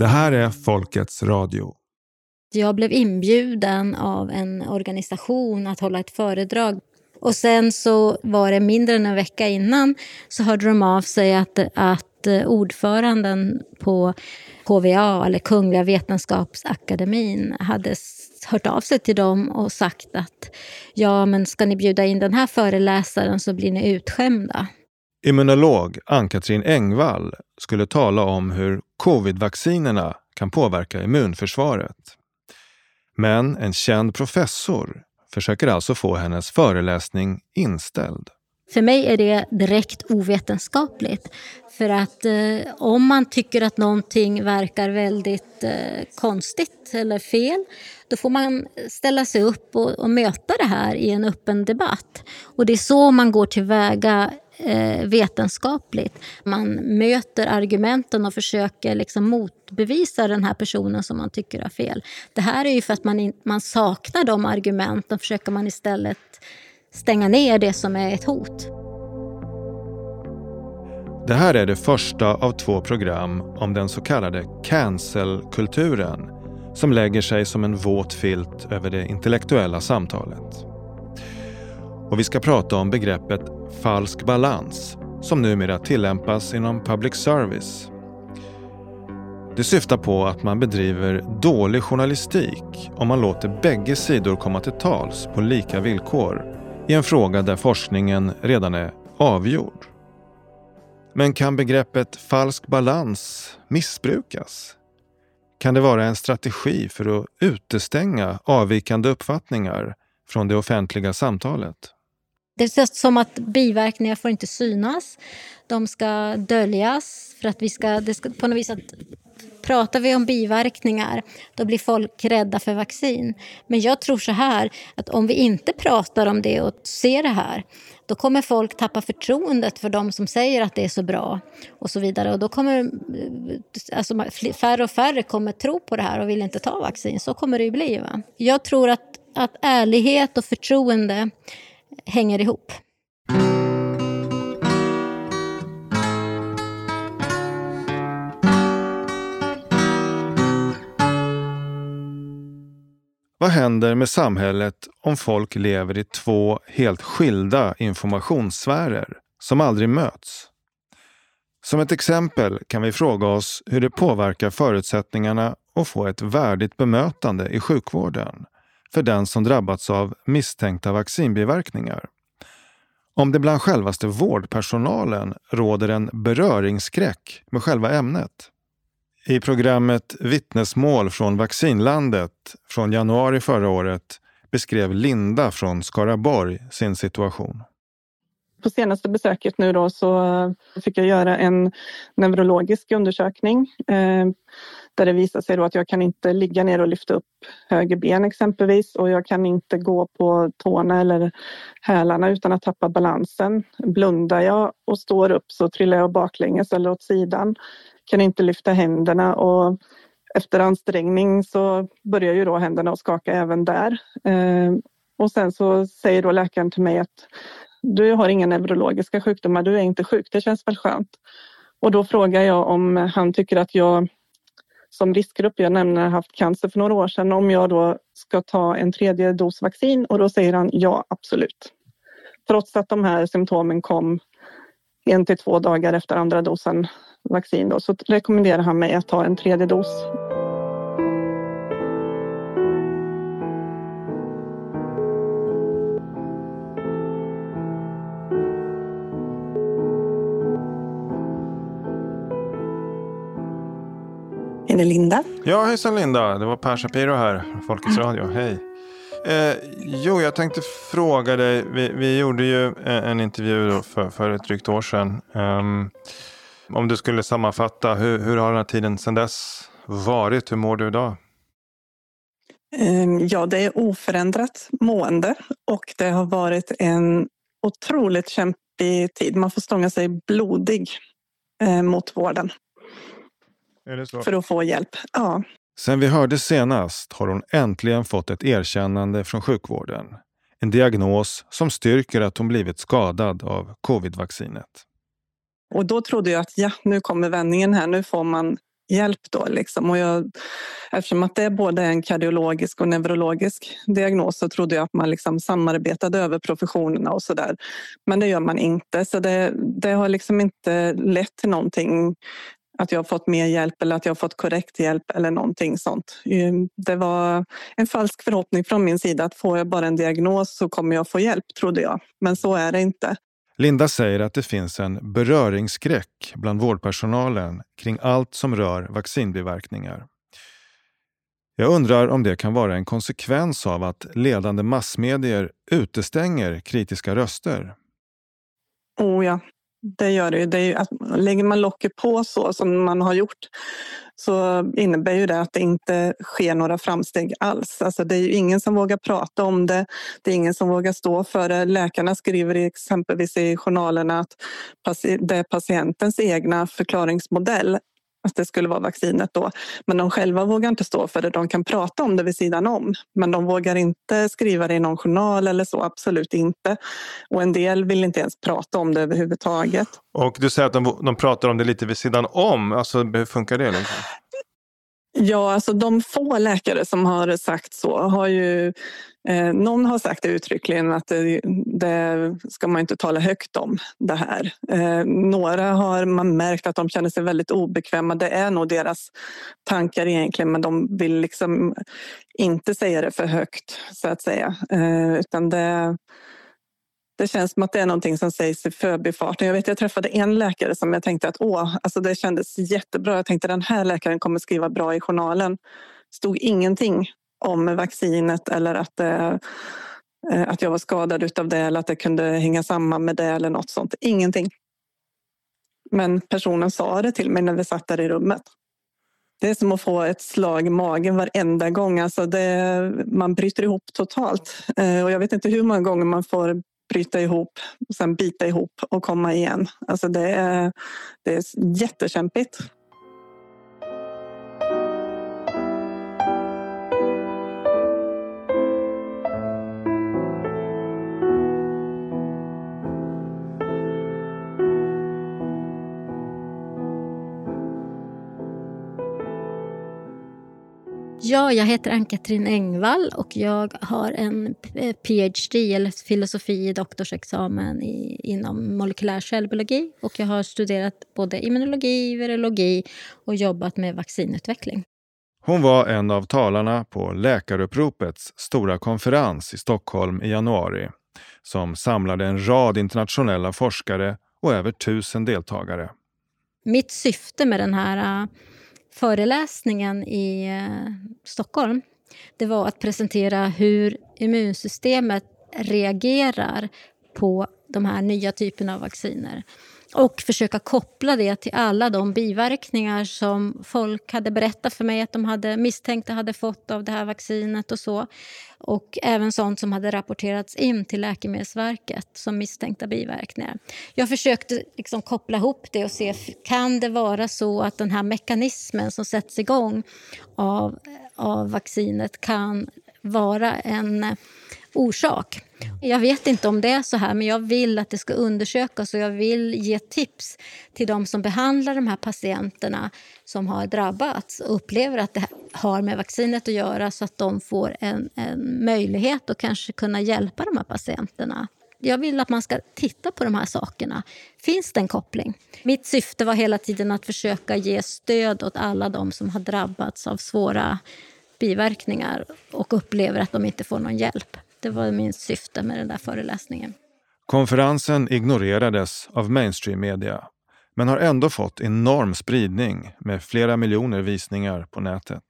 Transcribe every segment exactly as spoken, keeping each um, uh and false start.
Det här är Folkets Radio. Jag blev inbjuden av en organisation att hålla ett föredrag. Och sen så var det mindre än en vecka innan så hörde de av sig att, att ordföranden på K V A eller Kungliga Vetenskapsakademin hade hört av sig till dem och sagt att ja, men ska ni bjuda in den här föreläsaren så blir ni utskämda. Immunolog Ann-Katrin Engvall skulle tala om hur covid-vaccinerna kan påverka immunförsvaret. Men en känd professor försöker alltså få hennes föreläsning inställd. För mig är det direkt ovetenskapligt. För att eh, om man tycker att någonting verkar väldigt eh, konstigt eller fel, då får man ställa sig upp och, och möta det här i en öppen debatt. Och det är så man går tillväga eh, vetenskapligt. Man möter argumenten och försöker liksom motbevisa den här personen som man tycker har fel. Det här är ju för att man, in, man saknar de argumenten, försöker man istället stänga ner det som är ett hot. Det här är det första av två program om den så kallade cancel-kulturen som lägger sig som en våt filt över det intellektuella samtalet. Och vi ska prata om begreppet falsk balans som numera tillämpas inom public service. Det syftar på att man bedriver dålig journalistik om man låter bägge sidor komma till tals på lika villkor i en fråga där forskningen redan är avgjord. Men kan begreppet falsk balans missbrukas? Kan det vara en strategi för att utestänga avvikande uppfattningar från det offentliga samtalet? Det är som att biverkningar får inte synas. De ska döljas för att vi ska, det ska på något vis att pratar vi om biverkningar, då blir folk rädda för vaccin. Men jag tror så här, att om vi inte pratar om det och ser det här, då kommer folk tappa förtroendet för de som säger att det är så bra och så vidare. Och då kommer alltså, färre och färre kommer tro på det här och vill inte ta vaccin. Så kommer det ju bli, va? Jag tror att, att ärlighet och förtroende hänger ihop. Vad händer med samhället om folk lever i två helt skilda informationssfärer som aldrig möts? Som ett exempel kan vi fråga oss hur det påverkar förutsättningarna att få ett värdigt bemötande i sjukvården för den som drabbats av misstänkta vaccinbiverkningar. Om det bland självaste vårdpersonalen råder en beröringsskräck med själva ämnet. I programmet Vittnesmål från vaccinlandet från januari förra året beskrev Linda från Skaraborg sin situation. På senaste besöket nu då så fick jag göra en neurologisk undersökning eh, där det visade sig då att jag kan inte ligga ner och lyfta upp höger ben exempelvis, och jag kan inte gå på tårna eller hälarna utan att tappa balansen. Blundar jag och står upp så trillar jag baklänges eller åt sidan. Kan inte lyfta händerna, och efter ansträngning så börjar ju då händerna att skaka även där. Eh, och sen så säger då läkaren till mig att du har inga neurologiska sjukdomar, du är inte sjuk, det känns väl skönt. Och då frågar jag om han tycker att jag som riskgrupp, jag nämner haft cancer för några år sedan, om jag då ska ta en tredje dos vaccin, och då säger han ja, absolut. Trots att de här symptomen kom en till två dagar efter andra dosen vaccin då, så rekommenderar han mig att ta en tredje dos. Är det Linda? Ja, hejsan Linda. Det var Per Shapiro här, Folkets Radio. Hej. Eh, jo, jag tänkte fråga dig. Vi, vi gjorde ju en intervju då för, för ett drygt år sedan. Um, om du skulle sammanfatta, hur, hur har den här tiden sedan dess varit? Hur mår du idag? Um, ja, det är oförändrat mående, och det har varit en otroligt kämpig tid. Man får stånga sig blodig eh, mot vården. Är det så? För att få hjälp, ja. Sen vi hörde senast har hon äntligen fått ett erkännande från sjukvården. En diagnos som styrker att hon blivit skadad av covid-vaccinet. Och då trodde jag att ja, nu kommer vändningen här. Nu får man hjälp då liksom. Och jag, eftersom att det är både en kardiologisk och neurologisk diagnos så trodde jag att man liksom samarbetade över professionerna och sådär. Men det gör man inte, så det, det har liksom inte lett till någonting, att jag har fått mer hjälp eller att jag har fått korrekt hjälp eller någonting sånt. Det var en falsk förhoppning från min sida att får jag bara en diagnos så kommer jag få hjälp, trodde jag. Men så är det inte. Linda säger att det finns en beröringsskräck bland vårdpersonalen kring allt som rör vaccinbiverkningar. Jag undrar om det kan vara en konsekvens av att ledande massmedier utestänger kritiska röster. Oh ja, det gör det ju. Det är ju att lägger man locket på så som man har gjort så innebär ju det att det inte sker några framsteg alls. Alltså det är ju ingen som vågar prata om det. Det är ingen som vågar stå för det. Läkarna skriver exempelvis i journalerna att det är patientens egna förklaringsmodell att det skulle vara vaccinet då. Men de själva vågar inte stå för det. De kan prata om det vid sidan om. Men de vågar inte skriva det i någon journal eller så. Absolut inte. Och en del vill inte ens prata om det överhuvudtaget. Och du säger att de, de pratar om det lite vid sidan om. Alltså hur funkar det liksom? Ja, alltså de få läkare som har sagt så har ju... Eh, någon har sagt det uttryckligen att det, det ska man inte tala högt om det här. Eh, några har man märkt att de känner sig väldigt obekväma. Det är nog deras tankar egentligen, men de vill liksom inte säga det för högt så att säga. Eh, utan det... Det känns som att det är någonting som sägs i förbifarten. Jag vet, jag träffade en läkare som jag tänkte att åh, alltså det kändes jättebra. Jag tänkte den här läkaren kommer skriva bra i journalen. Stod ingenting om vaccinet eller att, eh, att jag var skadad utav det eller att det kunde hänga samman med det eller något sånt. Ingenting. Men personen sa det till mig när vi satt där i rummet. Det är som att få ett slag i magen varenda gång. Alltså det, man bryter ihop totalt. Eh, och jag vet inte hur många gånger man får bryta ihop och sen bita ihop och komma igen. Alltså det är, det är jättekämpigt. Ja, jag heter Ann-Katrin Engvall och jag har en P H D eller filosofi doktorsexamen i, inom molekylär cellbiologi och jag har studerat både immunologi, virologi och jobbat med vaccinutveckling. Hon var en av talarna på Läkaruppropets stora konferens i Stockholm i januari som samlade en rad internationella forskare och över tusen deltagare. Mitt syfte med den här föreläsningen i Stockholm, det var att presentera hur immunsystemet reagerar på de här nya typerna av vacciner. Och försöka koppla det till alla de biverkningar som folk hade berättat för mig att de hade misstänkta hade fått av det här vaccinet och så. Och även sånt som hade rapporterats in till Läkemedelsverket som misstänkta biverkningar. Jag försökte liksom koppla ihop det och se, kan det vara så att den här mekanismen som sätts igång av, av vaccinet kan vara en orsak. Jag vet inte om det är så här, men jag vill att det ska undersökas och jag vill ge tips till de som behandlar de här patienterna som har drabbats och upplever att det har med vaccinet att göra så att de får en, en möjlighet att kanske kunna hjälpa de här patienterna. Jag vill att man ska titta på de här sakerna. Finns det en koppling? Mitt syfte var hela tiden att försöka ge stöd åt alla de som har drabbats av svåra biverkningar och upplever att de inte får någon hjälp. Det var min syfte med den där föreläsningen. Konferensen ignorerades av mainstream-media men har ändå fått enorm spridning med flera miljoner visningar på nätet.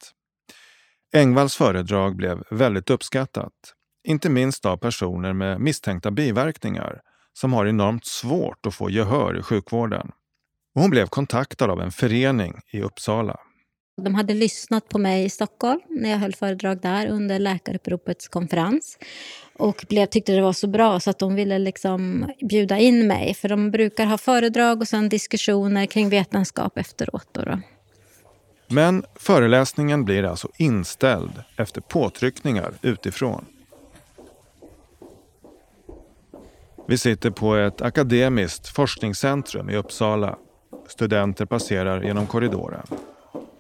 Engvalls föredrag blev väldigt uppskattat, inte minst av personer med misstänkta biverkningar som har enormt svårt att få gehör i sjukvården. Och hon blev kontaktad av en förening i Uppsala. De hade lyssnat på mig i Stockholm när jag höll föredrag där under Läkaruppropets konferens. Och blev, tyckte det var så bra så att de ville liksom bjuda in mig. För de brukar ha föredrag och sen diskussioner kring vetenskap efteråt. Då då. Men föreläsningen blir alltså inställd efter påtryckningar utifrån. Vi sitter på ett akademiskt forskningscentrum i Uppsala. Studenter passerar genom korridoren.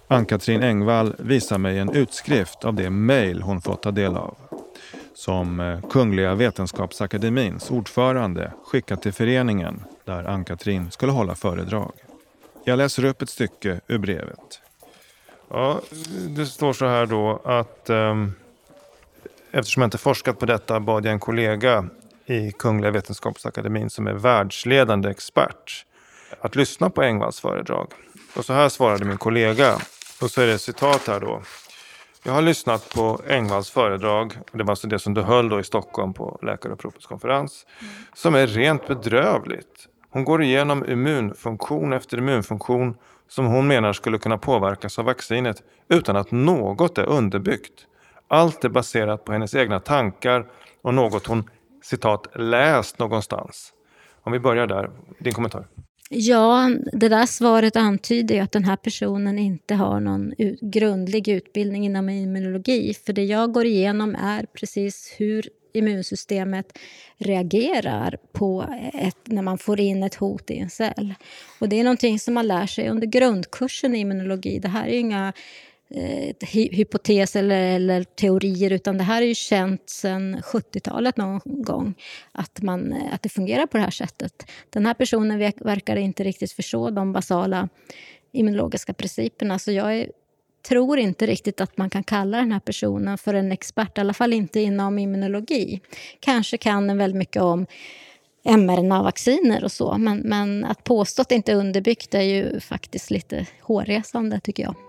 Ann-Katrin Engvall visar mig en utskrift av det mejl hon fått ta del av, som Kungliga Vetenskapsakademins ordförande skickat till föreningen där Ann-Katrin skulle hålla föredrag. Jag läser upp ett stycke ur brevet. Ja, det står så här då att um, eftersom jag inte forskat på detta bad jag en kollega i Kungliga Vetenskapsakademin som är världsledande expert att lyssna på Engvalls föredrag. Och så här svarade min kollega, och så är det ett citat här då. Jag har lyssnat på Engvalls föredrag, och det var alltså det som du höll då i Stockholm på läkaruppropets konferens, mm. som är rent bedrövligt. Hon går igenom immunfunktion efter immunfunktion som hon menar skulle kunna påverkas av vaccinet utan att något är underbyggt. Allt är baserat på hennes egna tankar och något hon, citat, läst någonstans. Om vi börjar där, din kommentar. Ja, det där svaret antyder ju att den här personen inte har någon ut- grundlig utbildning inom immunologi. För det jag går igenom är precis hur immunsystemet reagerar på ett, när man får in ett hot i en cell. Och det är någonting som man lär sig under grundkursen i immunologi. Det här är ju inga eh, hypoteser eller, eller teorier, utan det här är ju känt sedan sjuttiotalet någon gång att, man, att det fungerar på det här sättet. Den här personen verkar inte riktigt förstå de basala immunologiska principerna, så jag är tror inte riktigt att man kan kalla den här personen för en expert, i alla fall inte inom immunologi. Kanske kan den väldigt mycket om mRNA-vacciner och så, men, men att påstå att det inte är underbyggt är ju faktiskt lite hårresande, tycker jag.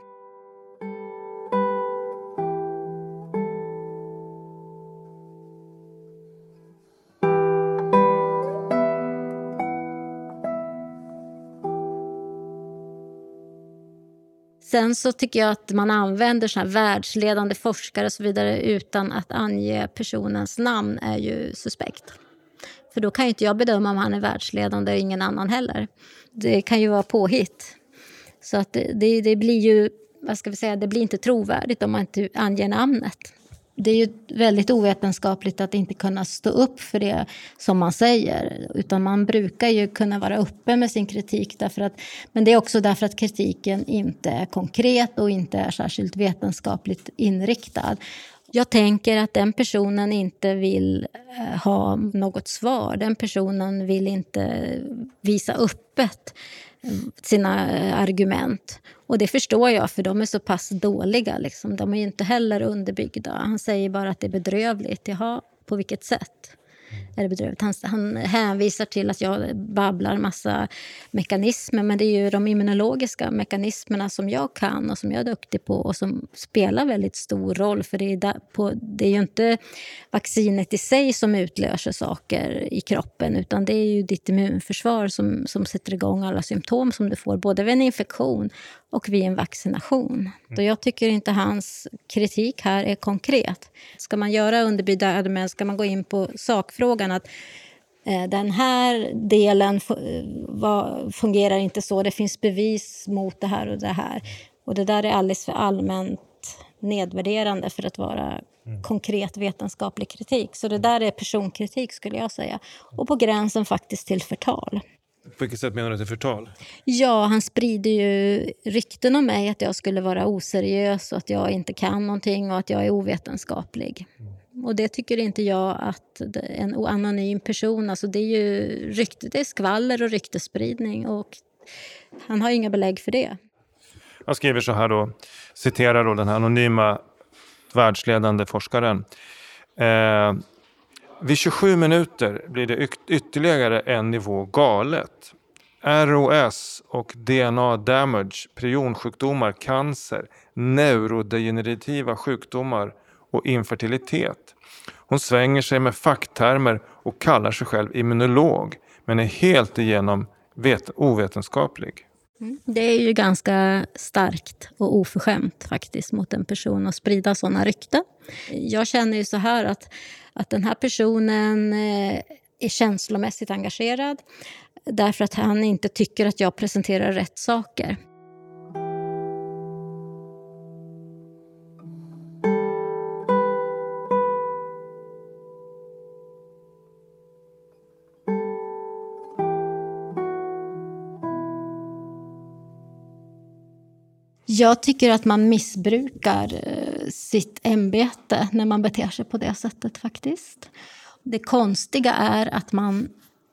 Sen så tycker jag att man använder så här världsledande forskare och så vidare utan att ange personens namn är ju suspekt. För då kan ju inte jag bedöma om han är världsledande och ingen annan heller. Det kan ju vara påhitt. Så att det, det, det blir ju, vad ska vi säga, det blir inte trovärdigt om man inte anger namnet. Det är ju väldigt ovetenskapligt att inte kunna stå upp för det som man säger. Utan man brukar ju kunna vara uppe med sin kritik. Därför att, men det är också därför att kritiken inte är konkret och inte är särskilt vetenskapligt inriktad. Jag tänker att den personen inte vill ha något svar. Den personen vill inte visa öppet sina argument. Och det förstår jag, för de är så pass dåliga. Liksom. De är ju inte heller underbyggda. Han säger bara att det är bedrövligt. Jaha, på vilket sätt är det bedrövligt? Han, han hänvisar till att jag babblar massa mekanismer. Men det är ju de immunologiska mekanismerna som jag kan och som jag är duktig på. Och som spelar väldigt stor roll. För det är, där på, det är ju inte vaccinet i sig som utlöser saker i kroppen. Utan det är ju ditt immunförsvar som, som sätter igång alla symptom som du får. Både vid en infektion och vid en vaccination. Så jag tycker inte hans kritik här är konkret. Ska man göra underbyggda argument, ska man gå in på sakfrågan att eh, den här delen f- va, fungerar inte så. Det finns bevis mot det här och det här. Och det där är alldeles för allmänt nedvärderande för att vara mm. konkret vetenskaplig kritik. Så det där är personkritik, skulle jag säga. Och på gränsen faktiskt till förtal. På vilket sätt menar du att det är förtal? Ja, han sprider ju rykten om mig att jag skulle vara oseriös och att jag inte kan någonting och att jag är ovetenskaplig. Mm. Och det tycker inte jag att en anonym person, alltså det är ju rykte, det är skvaller och ryktespridning och han har ju inga belägg för det. Jag skriver så här då, citerar då den här anonyma världsledande forskaren. Eh, vid tjugosju minuter blir det ytterligare en nivå galet. R O S och D N A damage, prionsjukdomar, cancer, neurodegenerativa sjukdomar och infertilitet. Hon svänger sig med facktermer och kallar sig själv immunolog, men är helt igenom vet- ovetenskaplig. Det är ju ganska starkt och oförskämt faktiskt mot en person att sprida sådana rykten. Jag känner ju så här att, att den här personen är känslomässigt engagerad därför att han inte tycker att jag presenterar rätt saker. Jag tycker att man missbrukar sitt ämbete när man beter sig på det sättet faktiskt. Det konstiga är att man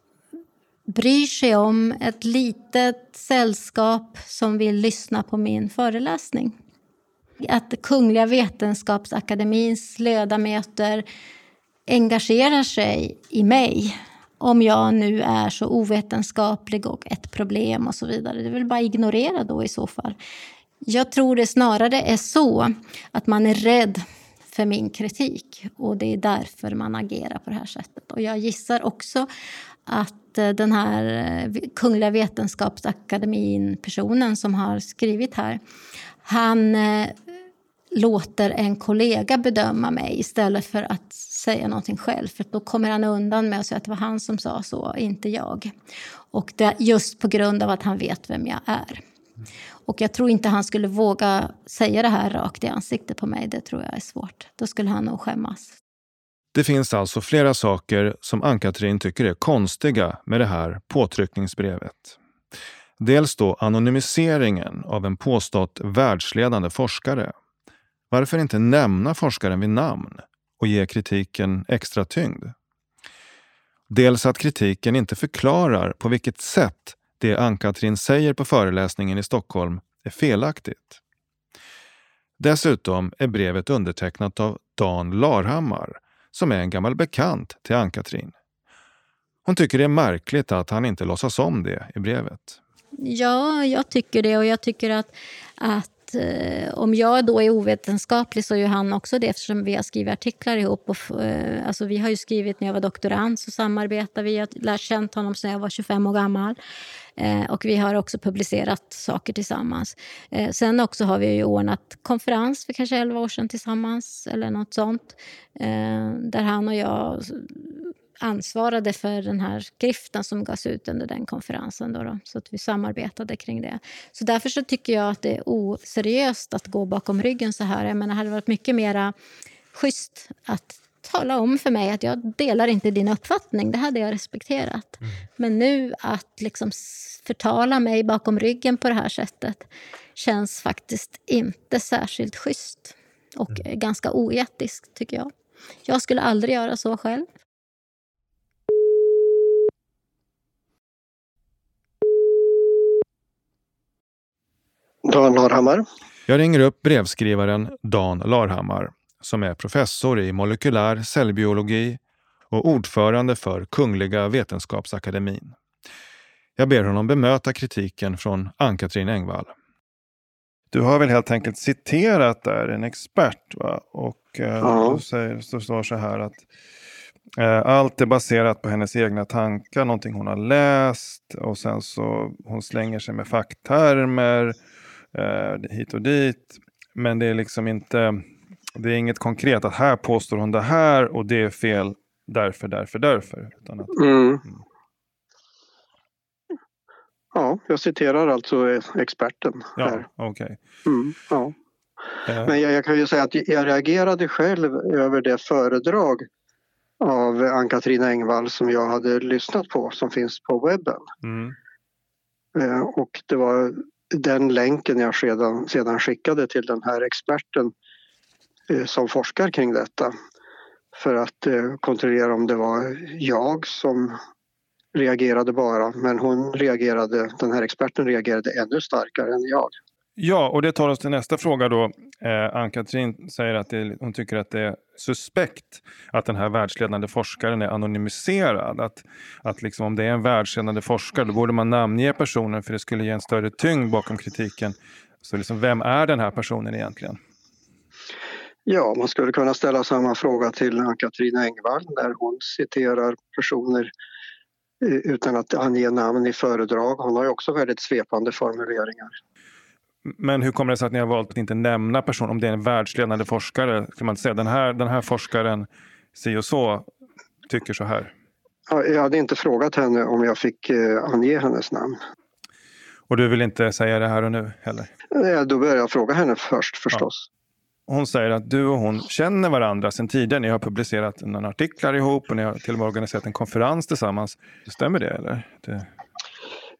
bryr sig om ett litet sällskap som vill lyssna på min föreläsning. Att Kungliga Vetenskapsakademins ledamöter engagerar sig i mig om jag nu är så ovetenskaplig och ett problem och så vidare. Det vill bara ignorera då i så fall. Jag tror det snarare är så att man är rädd för min kritik och det är därför man agerar på det här sättet. Och jag gissar också att den här Kungliga Vetenskapsakademin personen som har skrivit här, han eh, låter en kollega bedöma mig istället för att säga någonting själv. För då kommer han undan med att säga att det var han som sa så, inte jag. Och det just på grund av att han vet vem jag är. Och jag tror inte han skulle våga säga det här rakt i ansiktet på mig. Det tror jag är svårt. Då skulle han nog skämmas. Det finns alltså flera saker som Ann-Katrin tycker är konstiga med det här påtryckningsbrevet. Dels då anonymiseringen av en påstått världsledande forskare. Varför inte nämna forskaren vid namn och ge kritiken extra tyngd? Dels att kritiken inte förklarar på vilket sätt det Ann-Katrin säger på föreläsningen i Stockholm är felaktigt. Dessutom är brevet undertecknat av Dan Larhammar, som är en gammal bekant till Ann-Katrin. Hon tycker det är märkligt att han inte låtsas om det i brevet. Ja, jag tycker det och jag tycker att, att eh, om jag då är ovetenskaplig så är ju han också det eftersom vi har skrivit artiklar ihop. Och, eh, alltså vi har ju skrivit när jag var doktorand så samarbetar vi. Jag har lärt känt honom sedan jag var tjugofem år gammal. Eh, och vi har också publicerat saker tillsammans. Eh, sen också har vi ju ordnat konferens för kanske elva år sedan tillsammans eller något sånt. Eh, där han och jag ansvarade för den här skriften som gavs ut under den konferensen. Då då, så att vi samarbetade kring det. Så därför så tycker jag att det är oseriöst att gå bakom ryggen så här. Jag menar, det hade varit mycket mera schysst att tala om för mig att jag delar inte din uppfattning. Det hade jag respekterat. Mm. Men nu att liksom förtala mig bakom ryggen på det här sättet känns faktiskt inte särskilt schysst. Och mm. ganska oetiskt tycker jag. Jag skulle aldrig göra så själv. Dan Larhammar. Jag ringer upp brevskrivaren Dan Larhammar som är professor i molekylär cellbiologi och ordförande för Kungliga Vetenskapsakademin. Jag ber honom bemöta kritiken från Ann-Katrin Engvall. Du har väl helt enkelt citerat där en expert, va? Och eh, ja. du säger, det står så här att eh, allt är baserat på hennes egna tankar, någonting hon har läst och sen så hon slänger sig med facktermer eh, hit och dit. Men det är liksom inte, det är inget konkret att här påstår hon det här och det är fel därför, därför, därför. Utan att, mm. Mm. Ja, jag citerar alltså experten här. Ja, okej. Okay. Mm, ja. Äh. Men jag, jag kan ju säga att jag reagerade själv över det föredrag av Ann-Katrin Engvall som jag hade lyssnat på som finns på webben. Mm. Eh, och det var den länken jag sedan, sedan skickade till den här experten eh, som forskar kring detta. För att eh, kontrollera om det var jag som reagerade bara, men hon reagerade, den här experten reagerade ännu starkare än jag. Ja, och det tar oss till nästa fråga då. Eh, Ann-Katrin säger att det, hon tycker att det är suspekt att den här världsledande forskaren är anonymiserad. Att, att liksom, om det är en världsledande forskare då borde man namnge personen för det skulle ge en större tyngd bakom kritiken. Så liksom, vem är den här personen egentligen? Ja, man skulle kunna ställa samma fråga till Ann-Katrin Engvall när hon citerar personer utan att ange namn i föredrag. Hon har ju också väldigt svepande formuleringar. Men hur kommer det sig att ni har valt att inte nämna person om det är en världsledande forskare? Kan man säga den här, den här forskaren si och så tycker så här? Ja, jag hade inte frågat henne om jag fick eh, ange hennes namn. Och du vill inte säga det här och nu heller? Ja, då börjar jag fråga henne först förstås. Ja. Hon säger att du och hon känner varandra sedan tidigare. Ni har publicerat en artiklar ihop och ni har till och med organiserat en konferens tillsammans. Stämmer det eller? Det...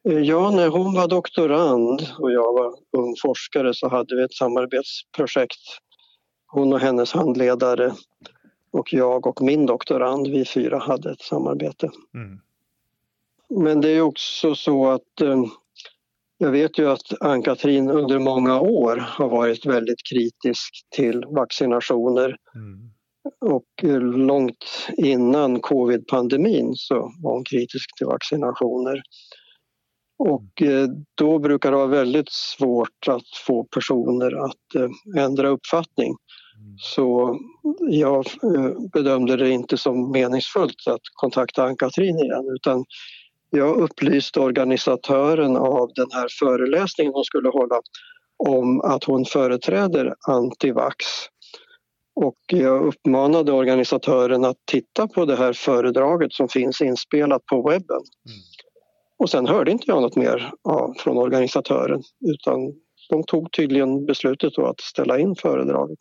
Ja, när hon var doktorand och jag var ung forskare så hade vi ett samarbetsprojekt. Hon och hennes handledare och jag och min doktorand, vi fyra hade ett samarbete. Mm. Men det är också så att eh, jag vet ju att Ann-Katrin under många år har varit väldigt kritisk till vaccinationer. Mm. Och eh, långt innan covid-pandemin så var hon kritisk till vaccinationer. Och eh, då brukar det vara väldigt svårt att få personer att eh, ändra uppfattning. Så jag bedömde det inte som meningsfullt att kontakta Ann-Katrin igen, utan jag upplyste organisatören av den här föreläsningen hon skulle hålla om att hon företräder antivax. Och jag uppmanade organisatören att titta på det här föredraget som finns inspelat på webben. Mm. Och sen hörde inte jag något mer av, från organisatören, utan de tog tydligen beslutet då att ställa in föredraget.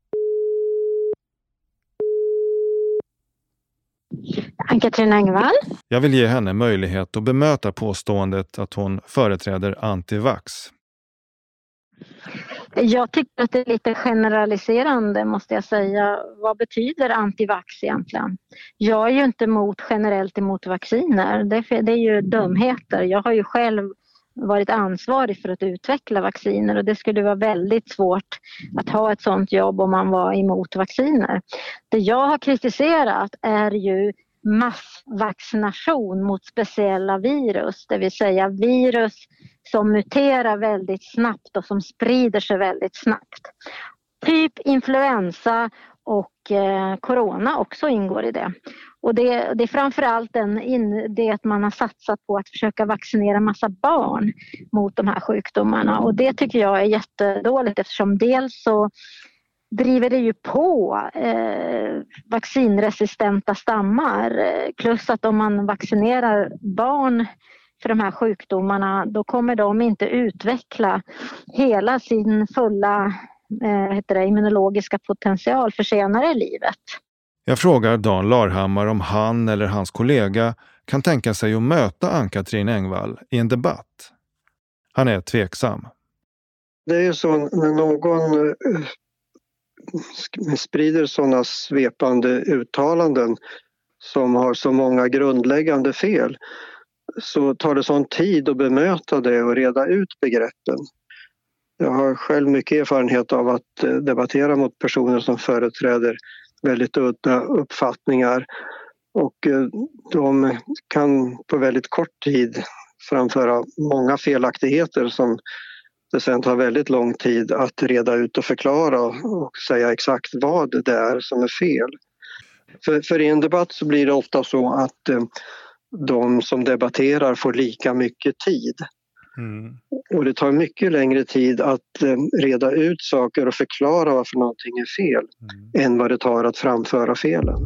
Ann-Katrin Engvall. Jag vill ge henne möjlighet att bemöta påståendet att hon företräder antivax. Jag tycker att det är lite generaliserande, måste jag säga. Vad betyder antivax egentligen? Jag är ju inte emot, generellt emot vacciner. Det är, det är ju dumheter. Jag har ju själv varit ansvarig för att utveckla vacciner och det skulle vara väldigt svårt att ha ett sådant jobb om man var emot vacciner. Det jag har kritiserat är ju massvaccination mot speciella virus, det vill säga virus som muterar väldigt snabbt och som sprider sig väldigt snabbt. Typ influensa och eh, corona också ingår i det. Och det, det är framförallt den in, det att man har satsat på att försöka vaccinera massa barn mot de här sjukdomarna. Och det tycker jag är jättedåligt eftersom dels så driver det ju på eh, vaccinresistenta stammar. Plus att om man vaccinerar barn för de här sjukdomarna då kommer de inte utveckla hela sin fulla eh, heter det, immunologiska potential för senare i livet. Jag frågar Dan Larhammar om han eller hans kollega kan tänka sig att möta Ann-Katrin Engvall i en debatt. Han är tveksam. Det är ju så när någon sprider sådana svepande uttalanden som har så många grundläggande fel så tar det sån tid att bemöta det och reda ut begreppen. Jag har själv mycket erfarenhet av att debattera mot personer som företräder väldigt udda uppfattningar och de kan på väldigt kort tid framföra många felaktigheter som det sen tar väldigt lång tid att reda ut och förklara och säga exakt vad det är som är fel. För, för i en debatt så blir det ofta så att eh, de som debatterar får lika mycket tid. Mm. Och det tar mycket längre tid att eh, reda ut saker och förklara varför någonting är fel mm. än vad det tar att framföra felen.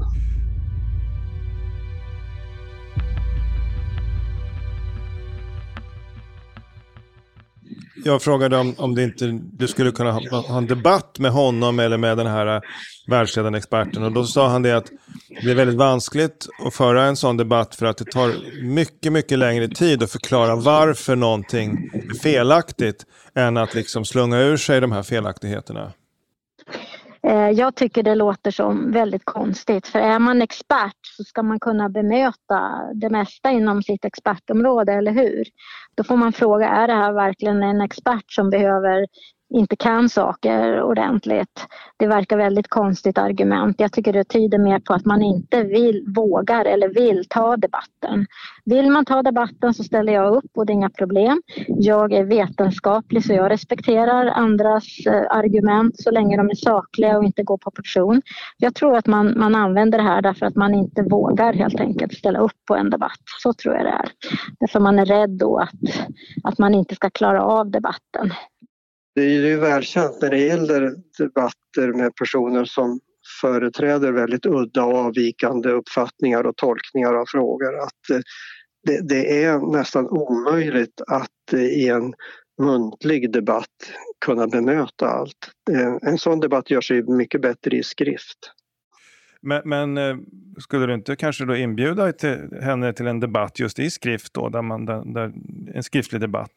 Jag frågade om, om det inte, du skulle kunna ha, ha en debatt med honom eller med den här världsledande experten. Och då sa han det att det är väldigt vanskligt att föra en sån debatt för att det tar mycket, mycket längre tid att förklara varför någonting är felaktigt än att liksom slunga ur sig de här felaktigheterna. Jag tycker det låter som väldigt konstigt. För är man expert så ska man kunna bemöta det mesta inom sitt expertområde, eller hur? Då får man fråga, är det här verkligen en expert som behöver inte kan saker ordentligt? Det verkar väldigt konstigt argument. Jag tycker det tyder mer på att man inte vill, vågar eller vill ta debatten. Vill man ta debatten så ställer jag upp och det är inga problem. Jag är vetenskaplig så jag respekterar andras eh, argument så länge de är sakliga och inte går på person. Jag tror att man, man använder det här därför att man inte vågar helt enkelt ställa upp på en debatt. Så tror jag det är. Därför man är rädd då att, att man inte ska klara av debatten. Det är ju välkänt när det gäller debatter med personer som företräder väldigt udda och avvikande uppfattningar och tolkningar av frågor att det, det är nästan omöjligt att i en muntlig debatt kunna bemöta allt. En sån debatt gör sig mycket bättre i skrift. Men, men skulle du inte kanske då inbjuda till, henne till en debatt just i skrift då, där man, där, där, en skriftlig debatt?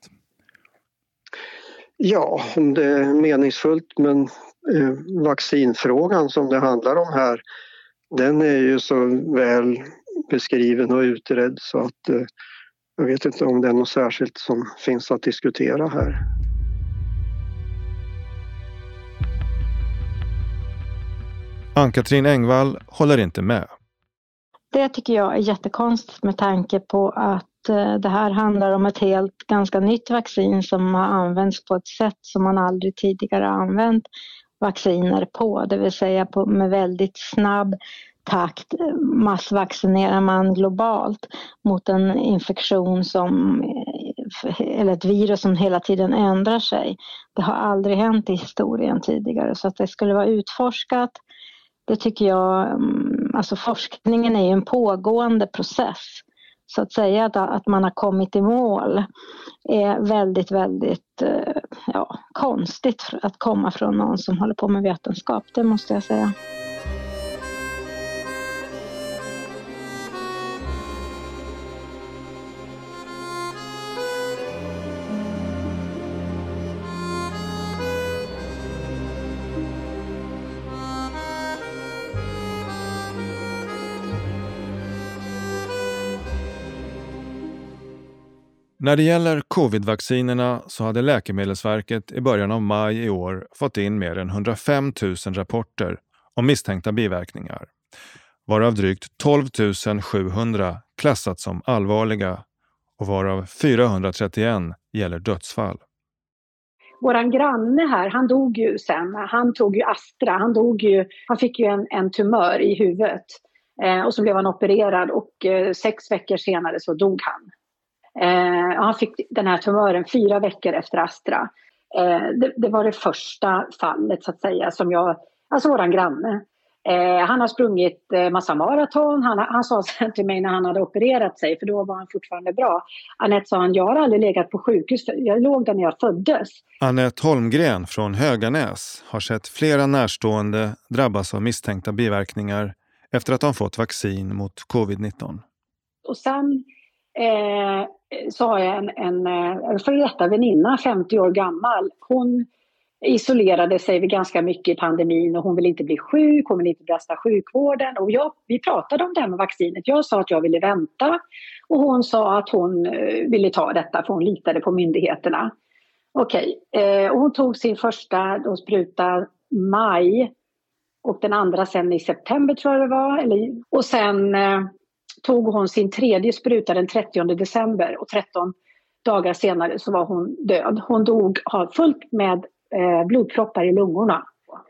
Ja, om det är meningsfullt, men eh, vaccinfrågan som det handlar om här, den är ju så väl beskriven och utredd så att eh, jag vet inte om det är något särskilt som finns att diskutera här. Ann-Katrin Engvall håller inte med. Det tycker jag är jättekonstigt med tanke på att det här handlar om ett helt ganska nytt vaccin som har använts på ett sätt som man aldrig tidigare har använt vacciner på. Det vill säga på, med väldigt snabb takt massvaccinerar man globalt mot en infektion som, eller ett virus som hela tiden ändrar sig. Det har aldrig hänt i historien tidigare, så att det skulle vara utforskat. Det tycker jag, alltså forskningen är ju en pågående process. Så att säga att, att man har kommit i mål är väldigt, väldigt ja, konstigt att komma från någon som håller på med vetenskap, det måste jag säga. När det gäller covid-vaccinerna så hade Läkemedelsverket i början av maj i år fått in mer än hundrafem tusen rapporter om misstänkta biverkningar, varav drygt tolv tusen sjuhundra klassats som allvarliga och varav fyrahundratrettioett gäller dödsfall. Våran granne här, han dog ju sen, han tog ju Astra, han dog ju, han fick ju en, en tumör i huvudet eh, och så blev han opererad och eh, sex veckor senare så dog han. Eh, han fick den här tumören fyra veckor efter Astra. Eh, det, det var det första fallet så att säga som jag, alltså våran granne. Eh, han har sprungit eh, massa maraton. Han, han sa sen till mig när han hade opererat sig, för då var han fortfarande bra. Anette sa han, jag har aldrig legat på sjukhus, jag låg där när jag föddes. Anette Holmgren från Höganäs har sett flera närstående drabbas av misstänkta biverkningar efter att de fått vaccin mot covid nitton. Och sen eh, så har jag en, en, en för detta väninna, femtio år gammal. Hon isolerade sig ganska mycket i pandemin och hon vill inte bli sjuk, hon vill inte belasta sjukvården. Och jag, vi pratade om det här med vaccinet. Jag sa att jag ville vänta och hon sa att hon ville ta detta för hon litade på myndigheterna. Okej, eh, och hon tog sin första då, spruta maj och den andra sen i september tror jag det var. Eller, och sen eh, tog hon sin tredje spruta den trettionde december och tretton dagar senare så var hon död. Hon dog, har fullt med eh, blodproppar i lungorna.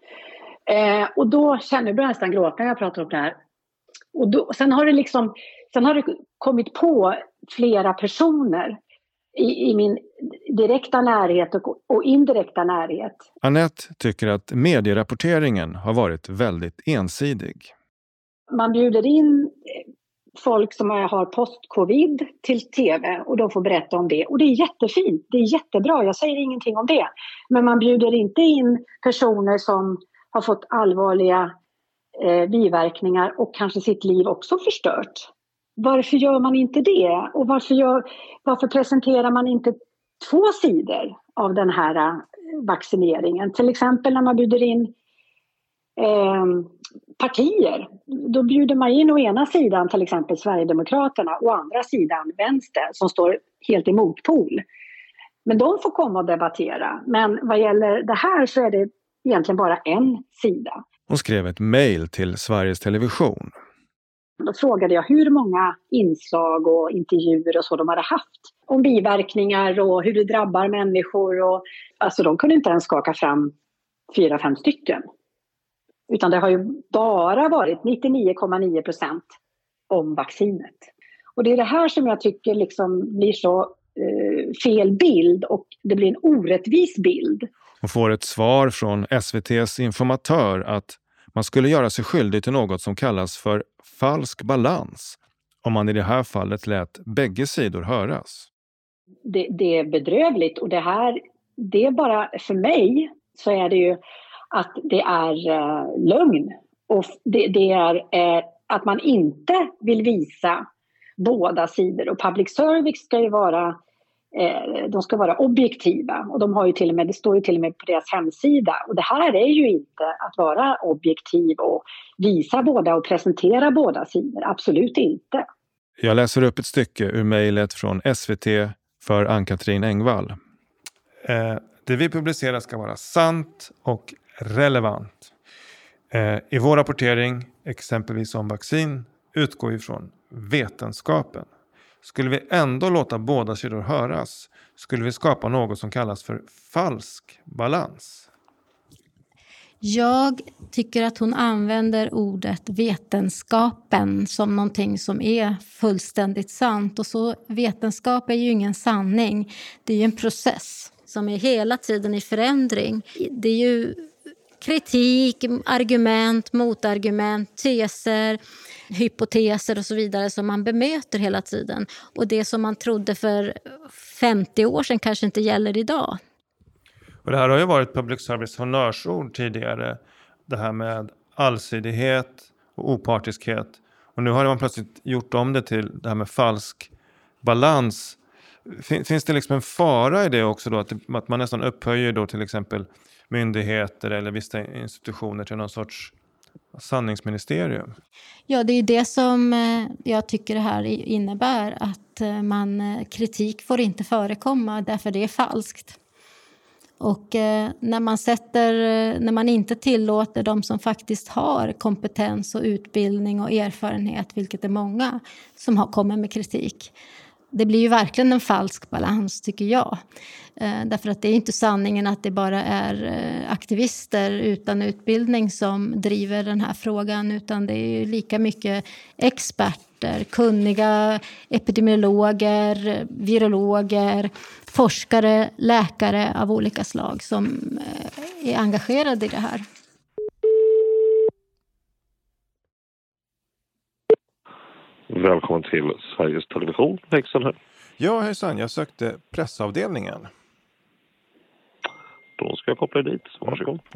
Eh, och då känner jag nästan gråta när jag pratar om det här. Och då, sen har det liksom, sen har det kommit på flera personer i, i min direkta närhet och, och indirekta närhet. Anette tycker att medierapporteringen har varit väldigt ensidig. Man bjuder in folk som har post-covid till tv och de får berätta om det. Och det är jättefint, det är jättebra, jag säger ingenting om det. Men man bjuder inte in personer som har fått allvarliga eh, biverkningar och kanske sitt liv också förstört. Varför gör man inte det? Och varför, gör, varför presenterar man inte två sidor av den här vaccineringen? Till exempel när man bjuder in eh, partier. Då bjuder man in å ena sidan till exempel Sverigedemokraterna och å andra sidan vänster som står helt i motpol. Men de får komma och debattera. Men vad gäller det här så är det egentligen bara en sida. Hon skrev ett mejl till Sveriges Television. Då frågade jag hur många inslag och intervjuer och så de hade haft om biverkningar och hur det drabbar människor. Och, alltså de kunde inte ens skaka fram fyra, fem stycken. Utan det har ju bara varit nittionio komma nio procent om vaccinet. Och det är det här som jag tycker liksom blir så eh, fel bild och det blir en orättvis bild. Hon får ett svar från S V T:s informatör att man skulle göra sig skyldig till något som kallas för falsk balans om man i det här fallet lät bägge sidor höras. Det, det är bedrövligt och det här, det är bara för mig så är det ju att det är uh, lögn Och det, det är eh, att man inte vill visa båda sidor. Och public service ska ju vara, eh, de ska vara objektiva. Och de har ju till och med, det står ju till och med på deras hemsida. Och det här är ju inte att vara objektiv och visa båda och presentera båda sidor. Absolut inte. Jag läser upp ett stycke ur mejlet från S V T för Ann-Katrin Engvall. Eh, det vi publicerar ska vara sant och relevant. Eh, I vår rapportering, exempelvis om vaccin, utgår vi från vetenskapen. Skulle vi ändå låta båda sidor höras, skulle vi skapa något som kallas för falsk balans. Jag tycker att hon använder ordet vetenskapen som någonting som är fullständigt sant. Och så vetenskap är ju ingen sanning. Det är ju en process som är hela tiden i förändring. Det är ju kritik, argument, motargument, teser, hypoteser och så vidare som man bemöter hela tiden. Och det som man trodde för femtio år sedan kanske inte gäller idag. Och det här har ju varit public service honnörsord tidigare. Det här med allsidighet och opartiskhet. Och nu har man plötsligt gjort om det till det här med falsk balans. Finns det liksom en fara i det också då? Att, det, att man nästan upphöjer då till exempel myndigheter eller vissa institutioner till någon sorts sanningsministerium? Ja, det är det som jag tycker det här innebär. Att man, kritik får inte förekomma därför det är falskt. Och eh, när man sätter, när man inte tillåter de som faktiskt har kompetens och utbildning och erfarenhet, vilket är många som har kommit med kritik. Det blir ju verkligen en falsk balans tycker jag. Eh, därför att det är inte sanningen att det bara är eh, aktivister utan utbildning som driver den här frågan, utan det är ju lika mycket experter, kunniga epidemiologer, virologer, forskare, läkare av olika slag som eh, är engagerade i det här. Välkommen till Sveriges Television, Leksand här. Ja, hejsan. Jag sökte pressavdelningen. Då ska jag koppla dit. Varsågod. Tack.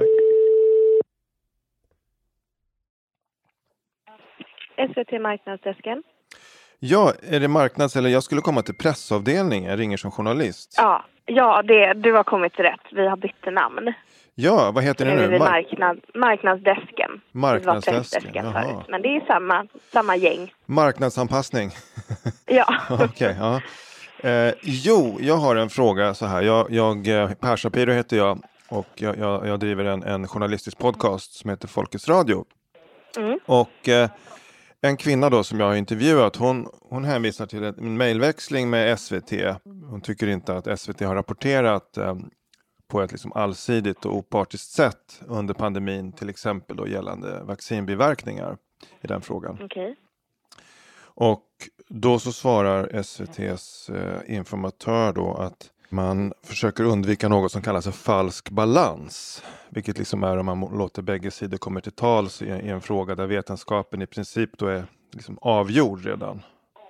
S V T Marknadsdesken. Ja, är det marknads... eller jag skulle komma till pressavdelningen. Jag ringer som journalist. Ja, ja det, du har kommit rätt. Vi har bytt namn. Ja, vad heter det nu? Nu är det marknad, marknadsdesken. Marknadsdesken, det var förut, men det är samma, samma gäng. Marknadsanpassning. Ja. Okej, okay, ja. Eh, jo, jag har en fråga så här. Jag, jag, Per Shapiro heter jag och jag, jag, jag driver en, en journalistisk podcast som heter Folkets Radio. Mm. Och eh, en kvinna då som jag har intervjuat, hon, hon hänvisar till en mejlväxling med S V T. Hon tycker inte att S V T har rapporterat eh, på ett liksom allsidigt och opartiskt sätt under pandemin, till exempel då gällande vaccinbiverkningar i den frågan. Okay. Och då så svarar S V T:s eh, informatör då att man försöker undvika något som kallas för falsk balans. Vilket liksom är om man låter bägge sidor komma till tals i, i en fråga där vetenskapen i princip då är liksom avgjord redan.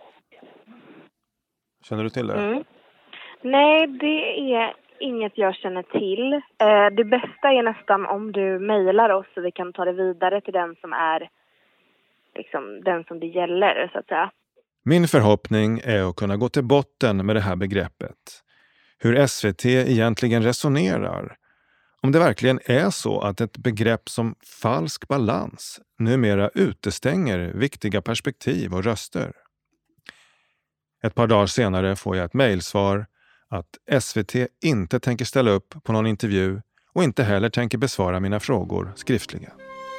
Känner du till det? Mm. Nej, det är inget jag känner till. Eh, det bästa är nästan om du mejlar oss så vi kan ta det vidare till den som är liksom den som det gäller så att säga. Min förhoppning är att kunna gå till botten med det här begreppet. Hur S V T egentligen resonerar. Om det verkligen är så att ett begrepp som falsk balans numera utestänger viktiga perspektiv och röster. Ett par dagar senare får jag ett mejlsvar att S V T inte tänker ställa upp på någon intervju och inte heller tänker besvara mina frågor skriftligen.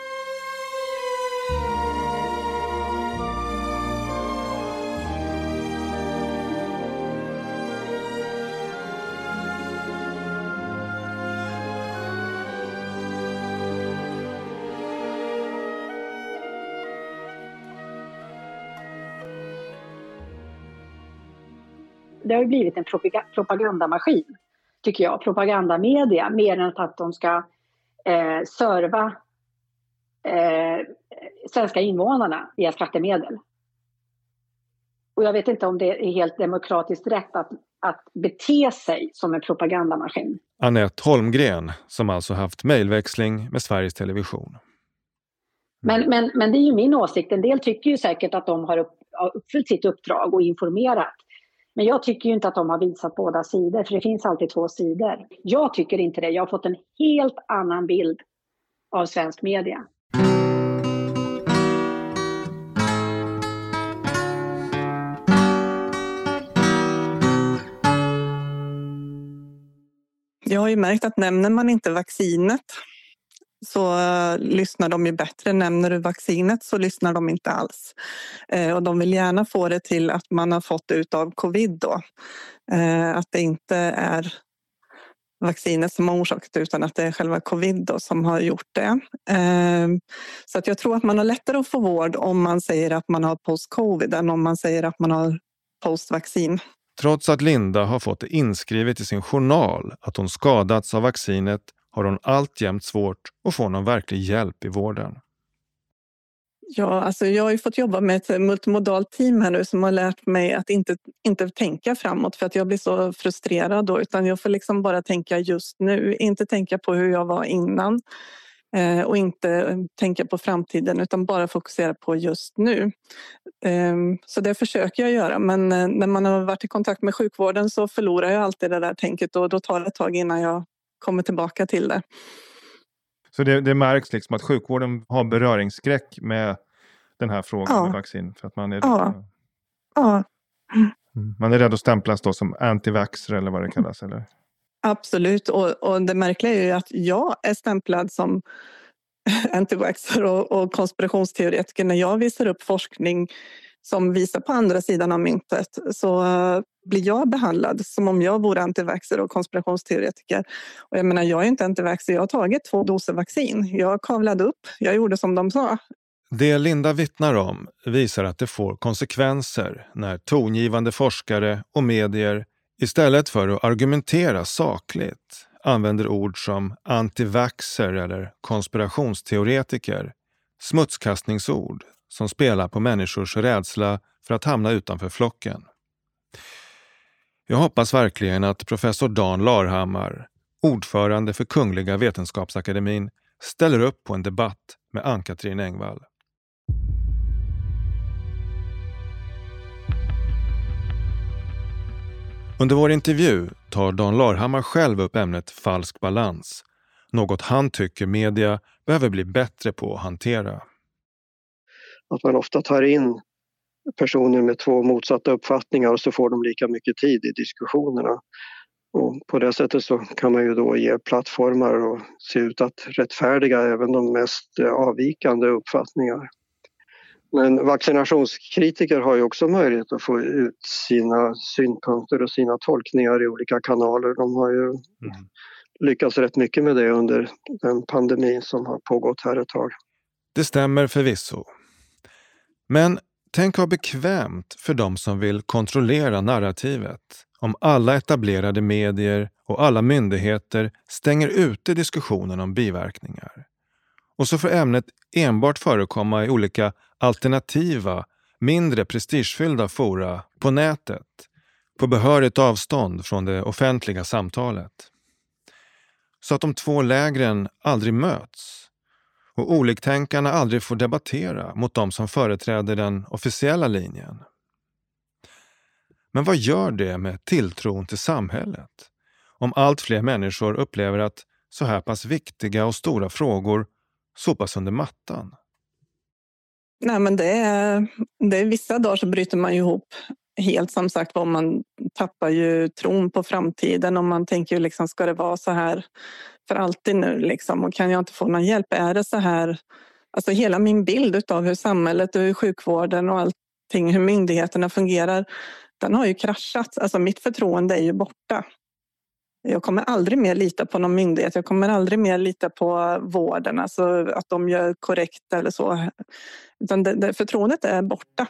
Det har ju blivit en propagandamaskin, tycker jag. Propagandamedia, mer än att de ska eh, serva eh, svenska invånarna via skattemedel. Och jag vet inte om det är helt demokratiskt rätt att, att bete sig som en propagandamaskin. Annette Holmgren, som alltså haft mejlväxling med Sveriges Television. Men, men, men det är ju min åsikt. En del tycker ju säkert att de har, upp, har uppfyllt sitt uppdrag och informerat. Men jag tycker ju inte att de har visat båda sidor, för det finns alltid två sidor. Jag tycker inte det. Jag har fått en helt annan bild av svensk media. Jag har ju märkt att nämner man inte vaccinet så uh, lyssnar de ju bättre. Nämner du vaccinet så lyssnar de inte alls. Uh, och de vill gärna få det till att man har fått ut av covid då. Uh, att det inte är vaccinet som har orsakat utan att det är själva covid då som har gjort det. Uh, så att jag tror att man har lättare att få vård om man säger att man har post-covid än om man säger att man har post-vaccin. Trots att Linda har fått det inskrivet i sin journal att hon skadats av vaccinet har hon alltjämt svårt att få någon verklig hjälp i vården. Ja, alltså jag har ju fått jobba med ett multimodalt team här nu som har lärt mig att inte, inte tänka framåt för att jag blir så frustrerad då, utan jag får liksom bara tänka just nu, inte tänka på hur jag var innan eh, och inte tänka på framtiden utan bara fokusera på just nu. Eh, så det försöker jag göra, men eh, när man har varit i kontakt med sjukvården så förlorar jag alltid det där tänket och då tar det ett tag innan jag kommer tillbaka till det. Så det, det märks liksom att sjukvården har beröringsskräck med den här frågan ja. med vaccin. För att man är rädd, ja. Ja. Man är rädd att stämplas då som antivaxer eller vad det kallas, eller? Absolut, och, och det märkliga är ju att jag är stämplad som antivaxer och, och konspirationsteoretiker när jag visar upp forskning som visar på andra sidan av myntet, så uh, blir jag behandlad som om jag vore antivaxer och konspirationsteoretiker. Och jag menar, jag är inte antivaxer, jag har tagit två doser vaccin. Jag kavlade upp, jag gjorde som de sa. Det Linda vittnar om visar att det får konsekvenser när tongivande forskare och medier istället för att argumentera sakligt använder ord som antivaxer eller konspirationsteoretiker, smutskastningsord som spelar på människors rädsla för att hamna utanför flocken. Jag hoppas verkligen att professor Dan Larhammar, ordförande för Kungliga Vetenskapsakademin, ställer upp på en debatt med Ann-Katrin Engvall. Under vår intervju tar Dan Larhammar själv upp ämnet falsk balans, något han tycker media behöver bli bättre på att hantera. Att man ofta tar in personer med två motsatta uppfattningar och så får de lika mycket tid i diskussionerna. Och på det sättet så kan man ju då ge plattformar och se ut att rättfärdiga även de mest avvikande uppfattningar. Men vaccinationskritiker har ju också möjlighet att få ut sina synpunkter och sina tolkningar i olika kanaler. De har ju mm. lyckats rätt mycket med det under den pandemin som har pågått här ett tag. Det stämmer förvisso. Men tänk vad bekvämt för de som vill kontrollera narrativet om alla etablerade medier och alla myndigheter stänger ute diskussionen om biverkningar. Och så får ämnet enbart förekomma i olika alternativa, mindre prestigefyllda fora på nätet, på behörigt avstånd från det offentliga samtalet. Så att de två lägren aldrig möts och oliktänkarna aldrig får debattera mot de som företräder den officiella linjen. Men vad gör det med tilltron till samhället om allt fler människor upplever att så här pass viktiga och stora frågor sopas under mattan? Nej, men det är, det är vissa dagar så bryter man ju ihop helt, som sagt, vad man tappar ju tron på framtiden och man tänker ju liksom, ska det vara så här för alltid nu liksom, och kan jag inte få någon hjälp? Är det så här? Alltså hela min bild av hur samhället och hur sjukvården och allting, hur myndigheterna fungerar, den har ju kraschat. Alltså mitt förtroende är ju borta. Jag kommer aldrig mer lita på någon myndighet. Jag kommer aldrig mer lita på vården, alltså att de gör korrekt eller så. Utan det, det, förtroendet är borta.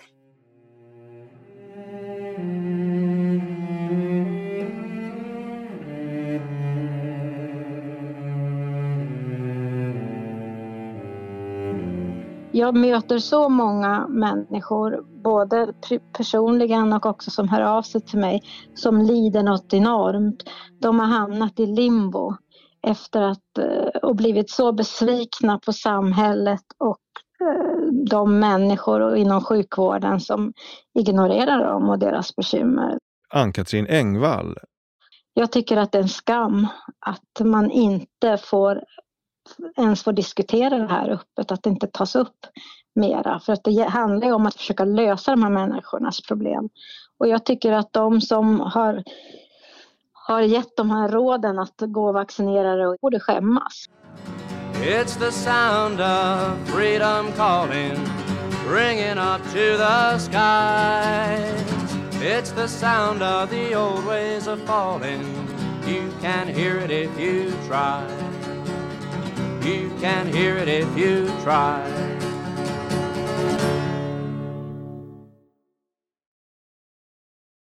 Jag möter så många människor, både personligen och också som hör av sig till mig, som lider något enormt. De har hamnat i limbo efter att och blivit så besvikna på samhället och de människor inom sjukvården som ignorerar dem och deras bekymmer. Ann-Katrin Engvall. Jag tycker att det är en skam att man inte får ens får diskutera det här öppet, att det inte tas upp mera. För att det handlar ju om att försöka lösa de här människornas problem. Och jag tycker att de som har, har gett de här råden att gå och vaccinera det borde skämmas. It's the sound of freedom calling, ringing up to the skies. It's the sound of the old ways of falling. You can hear it if you try. You can hear it if you try.